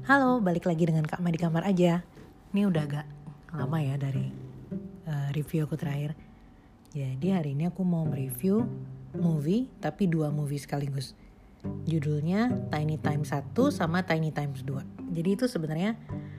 Halo, balik lagi dengan Kak Ma di kamar aja. Ini udah agak lama ya dari review aku terakhir. Jadi hari ini aku mau mereview movie, tapi 2 movie sekaligus. Judulnya Tiny Times 1 sama Tiny Times 2. Jadi itu sebenarnya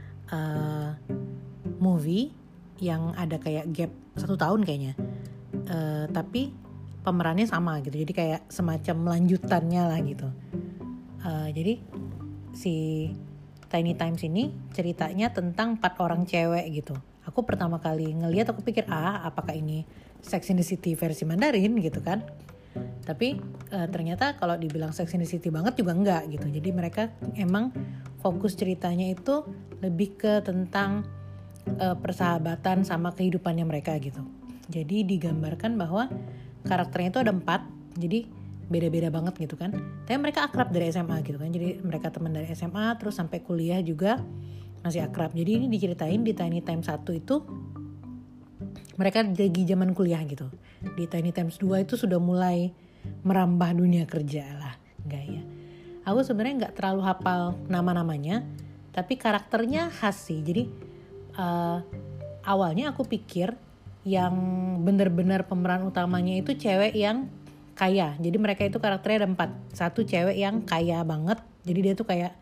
movie yang ada kayak gap 1 tahun kayaknya. Tapi pemerannya sama gitu. Jadi kayak semacam lanjutannya lah gitu. Jadi si Tiny Times ini ceritanya tentang 4 orang cewek gitu. Aku pertama kali ngelihat aku pikir apakah ini Sex and the City versi Mandarin gitu kan. Tapi ternyata kalau dibilang Sex and the City banget juga enggak gitu. Jadi mereka emang fokus ceritanya itu lebih ke tentang persahabatan sama kehidupannya mereka gitu. Jadi digambarkan bahwa karakternya itu ada 4. Jadi beda-beda banget gitu kan. Tapi mereka akrab dari SMA gitu kan. Jadi mereka teman dari SMA terus sampai kuliah juga masih akrab. Jadi ini diceritain di Tiny Times 1 itu mereka lagi zaman kuliah gitu. Di Tiny Times 2 itu sudah mulai merambah dunia kerja lah. Enggak ya. Aku sebenarnya gak terlalu hafal nama-namanya, tapi karakternya khas sih. Jadi awalnya aku pikir yang benar-benar pemeran utamanya itu cewek yang kaya. Jadi mereka itu karakternya ada 4. Satu cewek yang kaya banget. Jadi dia tuh kayak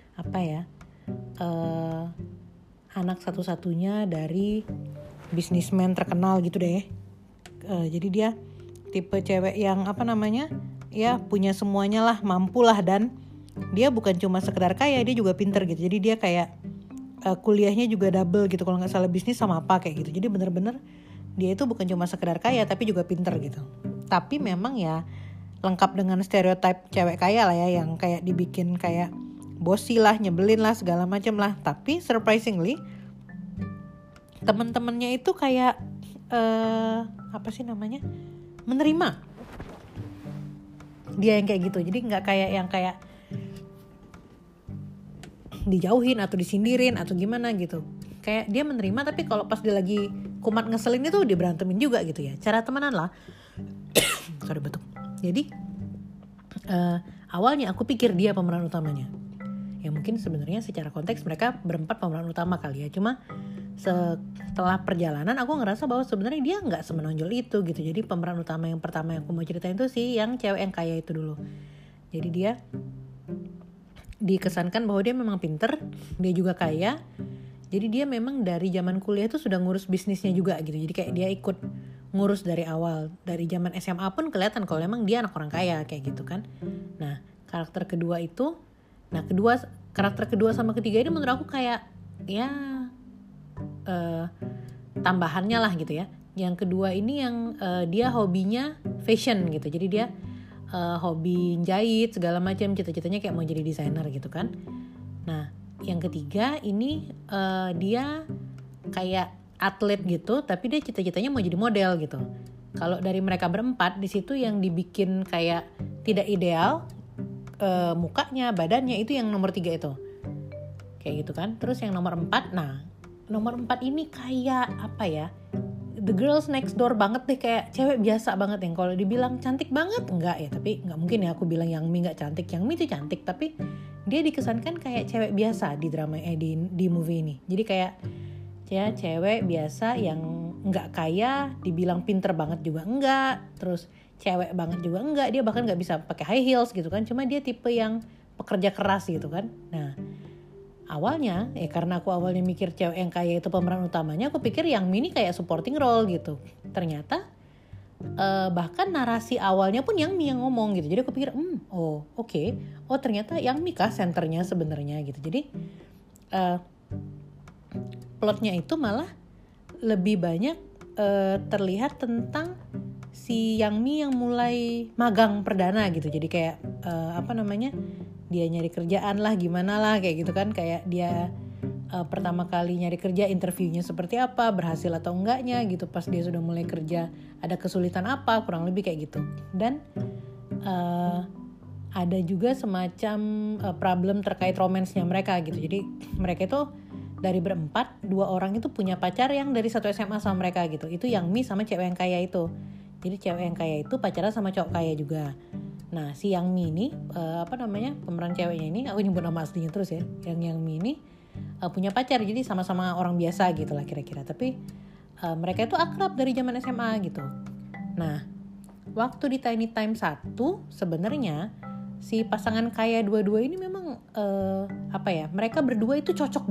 anak satu-satunya dari bisnismen terkenal gitu deh. Jadi dia tipe cewek yang ya punya semuanya lah, mampu lah, dan dia bukan cuma sekedar kaya, dia juga pinter gitu. Jadi dia kayak kuliahnya juga double gitu, kalau nggak salah bisnis sama apa kayak gitu. Jadi bener-bener dia itu bukan cuma sekedar kaya tapi juga pinter gitu. Tapi memang ya lengkap dengan stereotip cewek kaya lah ya, yang kayak dibikin kayak bossy lah, nyebelin lah, segala macam lah. Tapi surprisingly teman-temannya itu kayak menerima dia yang kayak gitu. Jadi nggak kayak yang kayak dijauhin atau disindirin atau gimana gitu. Kayak dia menerima, tapi kalau pas dia lagi kumat ngeselin itu dia berantemin juga gitu ya. Cara temenan lah. Sorry batuk. Jadi awalnya aku pikir dia pemeran utamanya. Ya mungkin sebenarnya secara konteks mereka berempat pemeran utama kali ya. Cuma setelah perjalanan aku ngerasa bahwa sebenarnya dia nggak semenonjol itu gitu. Jadi pemeran utama yang pertama yang aku mau ceritain itu sih yang cewek yang kaya itu dulu. Jadi dia dikesankan bahwa dia memang pinter, dia juga kaya. Jadi dia memang dari zaman kuliah tuh sudah ngurus bisnisnya juga gitu. Jadi kayak dia ikut ngurus dari awal. Dari zaman SMA pun kelihatan kalau memang dia anak orang kaya kayak gitu kan. Nah karakter kedua karakter kedua sama ketiga ini menurut aku kayak ya tambahannya lah gitu ya. Yang kedua ini yang dia hobinya fashion gitu. Jadi dia hobi jahit segala macam, cita-citanya kayak mau jadi desainer gitu kan. Nah yang ketiga ini dia kayak atlet gitu, tapi dia cita-citanya mau jadi model gitu. Kalau dari mereka berempat di situ yang dibikin kayak tidak ideal mukanya, badannya, itu yang nomor 3 itu. Kayak gitu kan. Terus yang nomor 4, nomor 4 ini kayak the girls next door banget deh, kayak cewek biasa banget yang kalau dibilang cantik banget enggak ya, tapi enggak mungkin ya aku bilang Yang Mi enggak cantik. Yang Mi itu cantik, tapi dia dikesankan kayak cewek biasa di drama di movie ini. Jadi kayak ya cewek biasa yang enggak kaya, dibilang pinter banget juga enggak, terus cewek banget juga enggak, dia bahkan enggak bisa pakai high heels gitu kan. Cuma dia tipe yang pekerja keras gitu kan. Nah awalnya karena aku awalnya mikir cewek yang kaya itu pemeran utamanya, aku pikir Yang Mi ini kayak supporting role gitu. Ternyata bahkan narasi awalnya pun Yang Mi yang ngomong gitu. Jadi aku pikir ternyata Yang Mi kah senternya sebenarnya gitu. Jadi plotnya itu malah lebih banyak terlihat tentang si Yang Mi yang mulai magang perdana gitu. Jadi kayak dia nyari kerjaan lah, gimana lah kayak gitu kan. Kayak dia pertama kali nyari kerja, interviewnya seperti apa, berhasil atau enggaknya gitu. Pas dia sudah mulai kerja ada kesulitan apa, kurang lebih kayak gitu. Dan ada juga semacam problem terkait romansnya mereka gitu. Jadi mereka itu dari berempat, 2 orang itu punya pacar yang dari satu SMA sama mereka gitu. Itu Yang Mi sama cewek yang kaya itu. Jadi cewek yang kaya itu pacaran sama cowok kaya juga. Nah si Yang Mi ini pemeran ceweknya ini, aku nyebut nama aslinya terus ya, Yang Mi ini punya pacar, jadi sama-sama orang biasa gitu lah kira-kira, tapi mereka itu akrab dari zaman SMA gitu. Nah waktu di Tiny Time 1 sebenarnya si pasangan kaya dua-dua ini memang mereka berdua itu cocok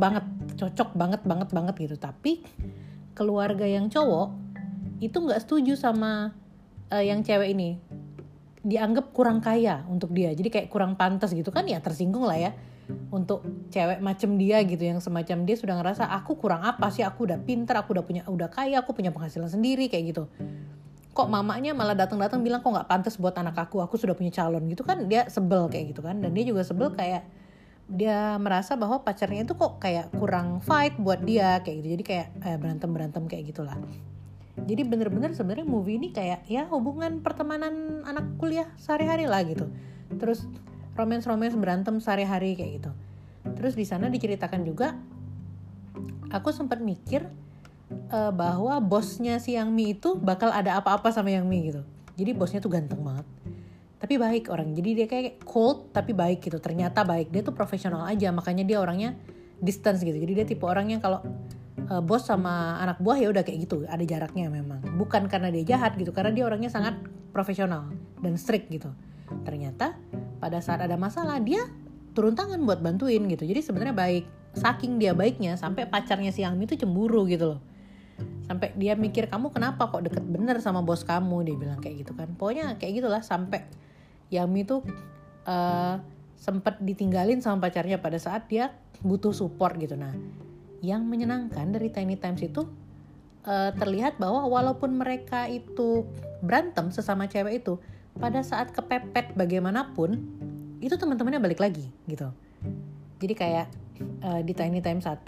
banget gitu, tapi keluarga yang cowok itu nggak setuju sama yang cewek ini, dianggap kurang kaya untuk dia, jadi kayak kurang pantas gitu kan, ya tersinggung lah ya untuk cewek macem dia gitu, yang semacam dia sudah ngerasa aku kurang apa sih, aku udah pinter, aku udah kaya, aku punya penghasilan sendiri kayak gitu, kok mamanya malah datang-datang bilang kok nggak pantas buat anak aku sudah punya calon gitu kan, dia sebel kayak gitu kan. Dan dia juga sebel kayak dia merasa bahwa pacarnya itu kok kayak kurang fight buat dia kayak gitu, jadi kayak berantem kayak gitulah. Jadi bener-bener sebenarnya movie ini kayak ya hubungan pertemanan anak kuliah sehari-hari lah gitu. Terus romance berantem sehari-hari kayak gitu. Terus di sana diceritakan juga, aku sempat mikir bahwa bosnya si Yang Mi itu bakal ada apa-apa sama Yang Mi gitu. Jadi bosnya tuh ganteng banget, tapi baik orang. Jadi dia kayak cold tapi baik gitu. Ternyata baik, dia tuh profesional aja, makanya dia orangnya distance gitu. Jadi dia tipe orang yang kalau bos sama anak buah ya udah kayak gitu, ada jaraknya memang. Bukan karena dia jahat gitu, karena dia orangnya sangat profesional dan strict gitu. Ternyata pada saat ada masalah dia turun tangan buat bantuin gitu. Jadi sebenarnya baik. Saking dia baiknya sampai pacarnya si Yang Mi tuh cemburu gitu loh. Sampai dia mikir, kamu kenapa kok deket bener sama bos kamu, dia bilang kayak gitu kan. Pokoknya kayak gitulah, sampai Yang Mi tuh sempet ditinggalin sama pacarnya pada saat dia butuh support gitu. Nah yang menyenangkan dari Tiny Times itu terlihat bahwa walaupun mereka itu berantem sesama cewek itu, pada saat kepepet bagaimanapun itu teman-temannya balik lagi gitu. Jadi kayak di Tiny Times 1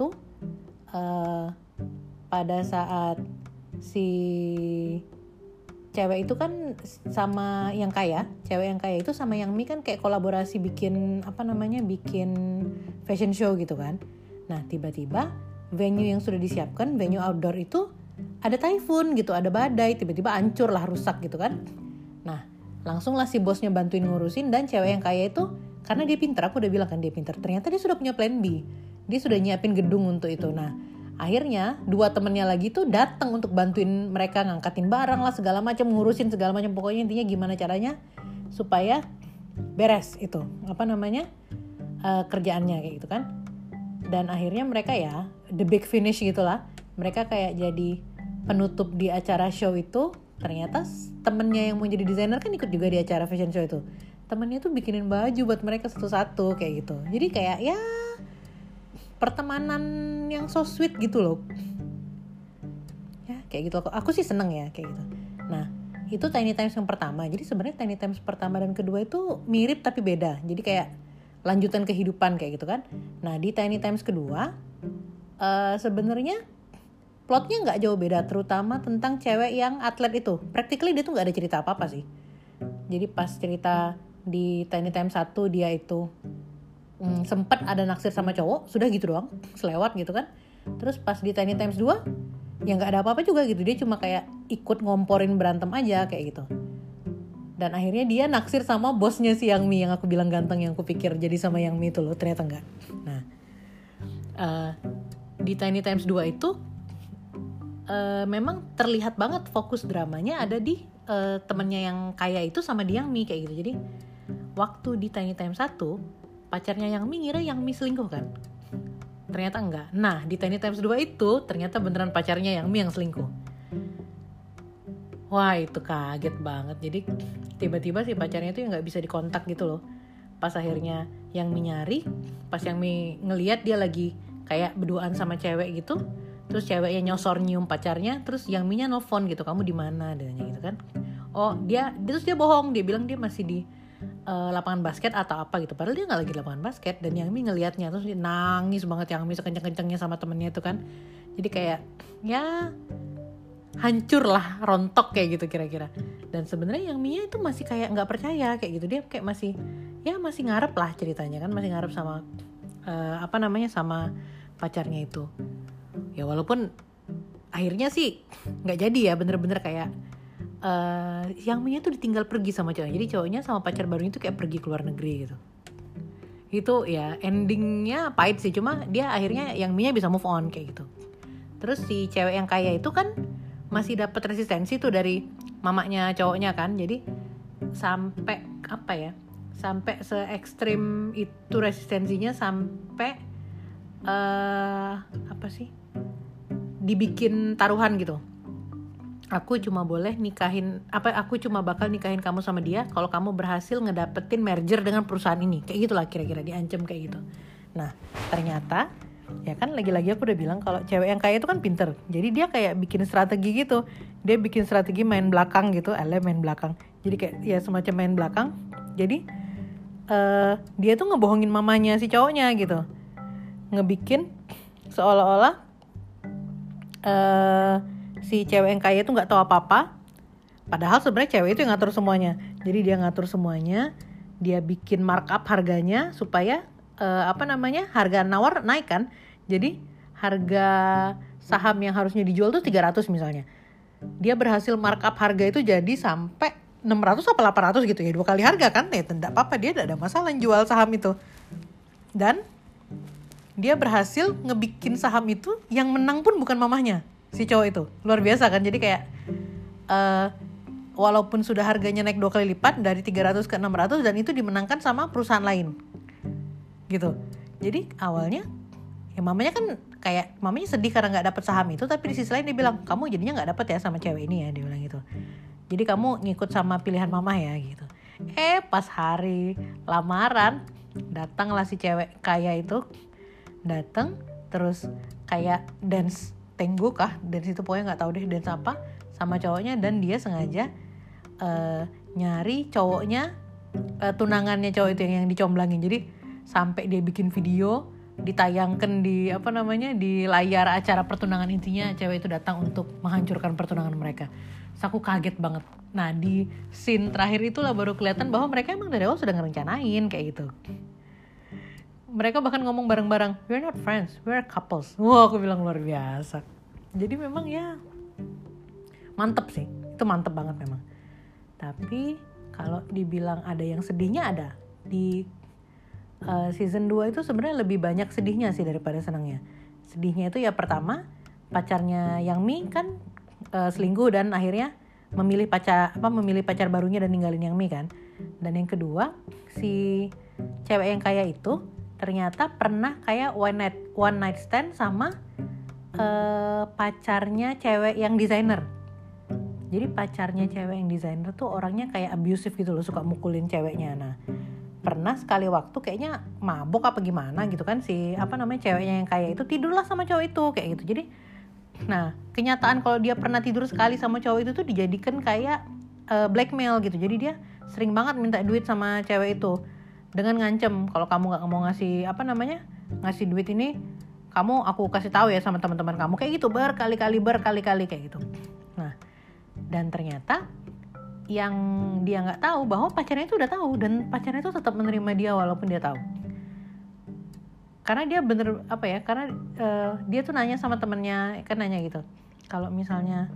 pada saat si cewek itu kan sama yang kaya, cewek yang kaya itu sama Yang Mi kan kayak kolaborasi bikin fashion show gitu kan. Nah tiba-tiba venue yang sudah disiapkan, venue outdoor itu ada typhoon gitu, ada badai, tiba-tiba hancur lah, rusak gitu kan. Nah langsung lah si bosnya bantuin ngurusin, dan cewek yang kaya itu karena dia pintar, aku udah bilang kan dia pintar, ternyata dia sudah punya plan B, dia sudah nyiapin gedung untuk itu. Nah akhirnya dua temennya lagi tuh datang untuk bantuin mereka ngangkatin barang lah segala macam, ngurusin segala macam, pokoknya intinya gimana caranya supaya beres itu kerjaannya kayak gitu kan. Dan akhirnya mereka ya the big finish gitulah, mereka kayak jadi penutup di acara show itu. Ternyata temennya yang mau jadi desainer kan ikut juga di acara fashion show itu, temennya tuh bikinin baju buat mereka satu-satu kayak gitu. Jadi kayak ya pertemanan yang so sweet gitu loh ya, kayak gitu. Aku sih seneng ya kayak gitu. Nah itu Tiny Times yang pertama. Jadi sebenarnya Tiny Times pertama dan kedua itu mirip tapi beda, jadi kayak lanjutan kehidupan kayak gitu kan. Nah di Tiny Times kedua sebenarnya plotnya nggak jauh beda, terutama tentang cewek yang atlet itu. Practically dia tuh nggak ada cerita apa-apa sih. Jadi pas cerita di Tiny Times 1 dia itu sempat ada naksir sama cowok, sudah gitu doang, selewat gitu kan. Terus pas di Tiny Times 2 ya nggak ada apa-apa juga gitu, dia cuma kayak ikut ngomporin berantem aja kayak gitu. Dan akhirnya dia naksir sama bosnya si Yang Mi yang aku bilang ganteng, yang aku pikir jadi sama Yang Mi itu loh, ternyata enggak. Nah di Tiny Times 2 itu memang terlihat banget fokus dramanya ada di temennya yang kaya itu sama di Yang Mi kayak gitu. Jadi waktu di Tiny Times 1 pacarnya Yang Mi ngira Yang Mi selingkuh kan, ternyata enggak. Nah di Tiny Times 2 itu ternyata beneran pacarnya Yang Mi yang selingkuh. Wah itu kaget banget. Jadi tiba-tiba si pacarnya itu nggak bisa dikontak gitu loh. Pas akhirnya Yang Mi nyari, pas Yang Mi ngelihat dia lagi kayak berduaan sama cewek gitu, terus ceweknya nyosor nyium pacarnya, terus Yang Mi-nya nelfon gitu, kamu di mana, adanya gitu kan. Oh terus dia bohong, dia bilang dia masih di lapangan basket atau apa gitu, padahal dia nggak lagi di lapangan basket. Dan Yang Mi ngelihatnya, terus dia nangis banget Yang Mi sekenceng-kencengnya sama temennya itu kan. Jadi kayak ya hancur lah, rontok kayak gitu kira-kira. Dan sebenarnya Yang Mi-nya itu masih kayak nggak percaya kayak gitu, dia kayak masih ngarep lah ceritanya kan, masih ngarep sama sama pacarnya itu. Ya walaupun akhirnya sih nggak jadi ya, bener-bener kayak Yang Mi tuh ditinggal pergi sama cowoknya. Jadi cowoknya sama pacar barunya tuh kayak pergi ke luar negeri gitu. Itu ya endingnya pahit sih, cuma dia akhirnya yang Mi bisa move on kayak gitu. Terus si cewek yang kaya itu kan masih dapat resistensi tuh dari mamanya cowoknya kan. Jadi sampai apa ya? Sampai se ekstrim itu resistensinya sampai apa sih? Dibikin taruhan gitu. Aku cuma bakal nikahin kamu sama dia kalau kamu berhasil ngedapetin merger dengan perusahaan ini. Kayak gitulah kira-kira, diancam kayak gitu. Nah, ternyata ya kan lagi-lagi aku udah bilang kalau cewek yang kaya itu kan pinter. Jadi dia kayak bikin strategi gitu. Dia bikin strategi main belakang gitu, main belakang. Jadi kayak ya semacam main belakang. Jadi dia tuh ngebohongin mamanya si cowoknya gitu. Ngebikin seolah-olah si cewek yang kaya itu nggak tahu apa-apa, padahal sebenarnya cewek itu yang ngatur semuanya. Jadi dia ngatur semuanya, dia bikin markup harganya supaya harga nawar naik kan. Jadi harga saham yang harusnya dijual tuh 300 misalnya, dia berhasil markup harga itu jadi sampai 600 atau 800 gitu ya, 2 kali harga kan. Ya tidak apa-apa, dia tidak ada masalah jual saham itu. Dan dia berhasil ngebikin saham itu yang menang pun bukan mamahnya si cowok itu. Luar biasa kan. Jadi kayak walaupun sudah harganya naik 2 kali lipat dari 300 ke 600, dan itu dimenangkan sama perusahaan lain gitu. Jadi awalnya ya mamanya sedih karena gak dapet saham itu, tapi di sisi lain dia bilang, kamu jadinya gak dapet ya sama cewek ini ya, dia bilang gitu. Jadi kamu ngikut sama pilihan mama ya gitu. Pas hari lamaran datanglah si cewek kaya itu, datang terus kayak dance tango kah, dance itu pokoknya nggak tahu deh dance apa, sama cowoknya. Dan dia sengaja nyari cowoknya, tunangannya cowok itu yang dicomblangin. Jadi sampai dia bikin video ditayangkan di di layar acara pertunangan. Intinya cewek itu datang untuk menghancurkan pertunangan mereka. Terus aku kaget banget. Nah di scene terakhir itulah baru kelihatan bahwa mereka emang dari awal sudah ngerencanain kayak gitu. Mereka bahkan ngomong bareng-bareng, we're not friends, we're couples. Wah, aku bilang luar biasa. Jadi memang ya mantep sih, itu mantep banget memang. Tapi kalau dibilang ada yang sedihnya, ada. Di season 2 itu sebenarnya lebih banyak sedihnya sih daripada senangnya. Sedihnya itu ya pertama, pacarnya Yang Mi kan selingkuh dan akhirnya memilih pacar barunya dan ninggalin Yang Mi kan. Dan yang kedua, si cewek yang kaya itu ternyata pernah kayak one night stand sama pacarnya cewek yang desainer. Jadi pacarnya cewek yang desainer tuh orangnya kayak abusive gitu loh, suka mukulin ceweknya. Nah pernah sekali waktu kayaknya mabok apa gimana gitu kan, si ceweknya yang kaya itu tidurlah sama cowok itu kayak gitu. Jadi nah kenyataan kalau dia pernah tidur sekali sama cowok itu tuh dijadikan kayak blackmail gitu. Jadi dia sering banget minta duit sama cewek itu dengan ngancem, kalau kamu nggak mau ngasih ngasih duit ini, aku kasih tahu ya sama teman-teman kamu, kayak gitu berkali-kali kayak gitu. Nah dan ternyata yang dia nggak tahu bahwa pacarnya itu udah tahu, dan pacarnya itu tetap menerima dia walaupun dia tahu. Karena dia karena dia tuh nanya sama temennya, kan nanya gitu, kalau misalnya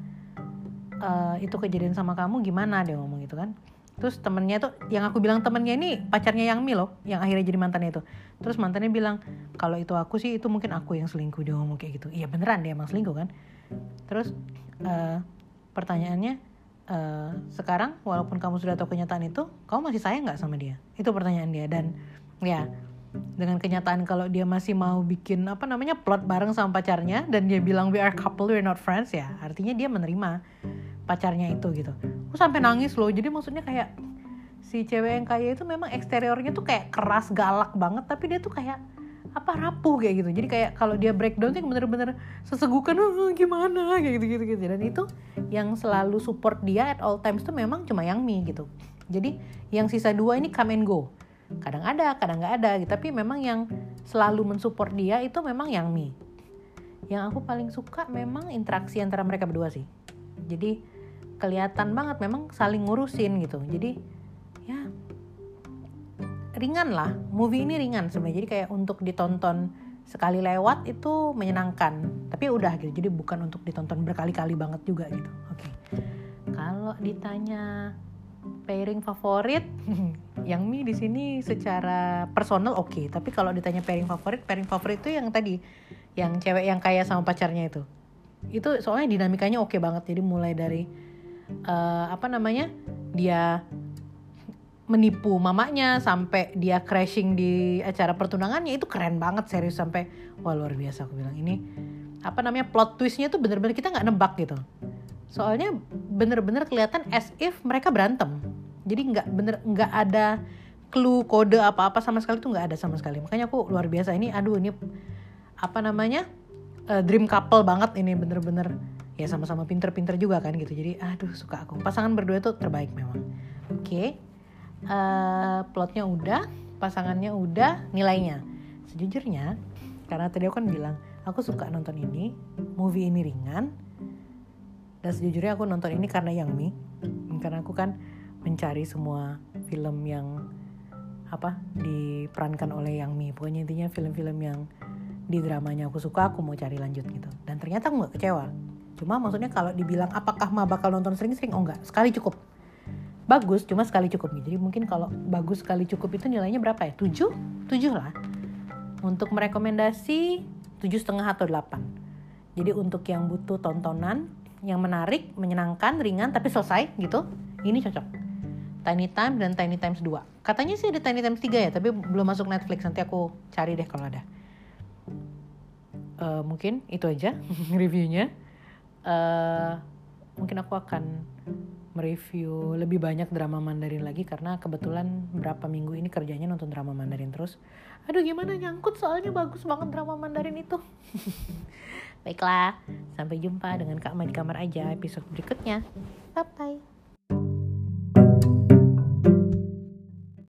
itu kejadian sama kamu gimana, dia ngomong gitu kan. Terus temennya tuh, yang aku bilang temennya ini pacarnya Yang Mi loh, yang akhirnya jadi mantannya itu. Terus mantannya bilang, kalau itu aku sih, itu mungkin aku yang selingkuh. Dia ngomong kayak gitu. Iya beneran dia emang selingkuh kan. Terus pertanyaannya, sekarang walaupun kamu sudah tahu kenyataan itu, kamu masih sayang gak sama dia? Itu pertanyaan dia. Dan ya dengan kenyataan kalau dia masih mau bikin plot bareng sama pacarnya, dan dia bilang we are couple, we're not friends, ya artinya dia menerima pacarnya itu gitu. Aku sampai nangis loh. Jadi maksudnya kayak si cewek yang kaya itu memang eksteriornya tuh kayak keras galak banget, tapi dia tuh kayak rapuh kayak gitu. Jadi kayak kalau dia breakdown tuh bener-bener sesegukan, gimana kayak gitu. Dan itu yang selalu support dia at all times tuh memang cuma Yang Mi gitu. Jadi yang sisa 2 ini come and go, kadang ada kadang nggak ada gitu. Tapi memang yang selalu mensupport dia itu memang Yang Mi. Yang aku paling suka memang interaksi antara mereka berdua sih. Jadi kelihatan banget memang saling ngurusin gitu. Jadi ya ringan lah, movie ini ringan sebenarnya. Jadi kayak untuk ditonton sekali lewat itu menyenangkan, tapi udah gitu. Jadi bukan untuk ditonton berkali-kali banget juga gitu. Oke. Kalau ditanya pairing favorit, Yang Mi di sini secara personal oke. Tapi kalau ditanya pairing favorit itu yang tadi, yang cewek yang kaya sama pacarnya itu. Itu soalnya dinamikanya oke banget. Jadi mulai dari dia menipu mamanya sampai dia crashing di acara pertunangannya, itu keren banget, serius, sampai wah luar biasa aku bilang. Ini plot twistnya tuh bener-bener kita nggak nebak gitu. Soalnya bener-bener kelihatan as if mereka berantem. Jadi nggak ada clue kode apa-apa sama sekali, tuh nggak ada sama sekali. Makanya aku luar biasa ini. Ini dream couple banget ini, bener-bener ya, sama-sama pinter-pinter juga kan gitu. Jadi suka aku. Pasangan berdua tuh terbaik memang. Oke. Plotnya udah, pasangannya udah, nilainya. Sejujurnya, karena tadi aku kan bilang aku suka nonton ini, movie ini ringan. Dan sejujurnya aku nonton ini karena Yang Mi. Karena aku kan mencari semua film yang diperankan oleh Yang Mi. Pokoknya intinya film-film yang di dramanya aku suka, aku mau cari lanjut gitu. Dan ternyata aku gak kecewa. Cuma maksudnya kalau dibilang apakah bakal nonton sering-sering, oh enggak, sekali cukup. Bagus, cuma sekali cukup. Jadi mungkin kalau bagus sekali cukup itu nilainya berapa ya? 7 lah. Untuk merekomendasi 7,5 atau 8. Jadi untuk yang butuh tontonan yang menarik, menyenangkan, ringan tapi selesai gitu, ini cocok. Tiny Time dan Tiny Times 2. Katanya sih ada Tiny Times 3 ya, tapi belum masuk Netflix. Nanti aku cari deh kalau ada. Mungkin itu aja reviewnya. Mungkin aku akan mereview lebih banyak drama Mandarin lagi, karena kebetulan berapa minggu ini kerjanya nonton drama Mandarin terus. Gimana nyangkut, soalnya bagus banget drama Mandarin itu. Baiklah, sampai jumpa dengan Kak Ma di kamar aja episode berikutnya. Bye bye.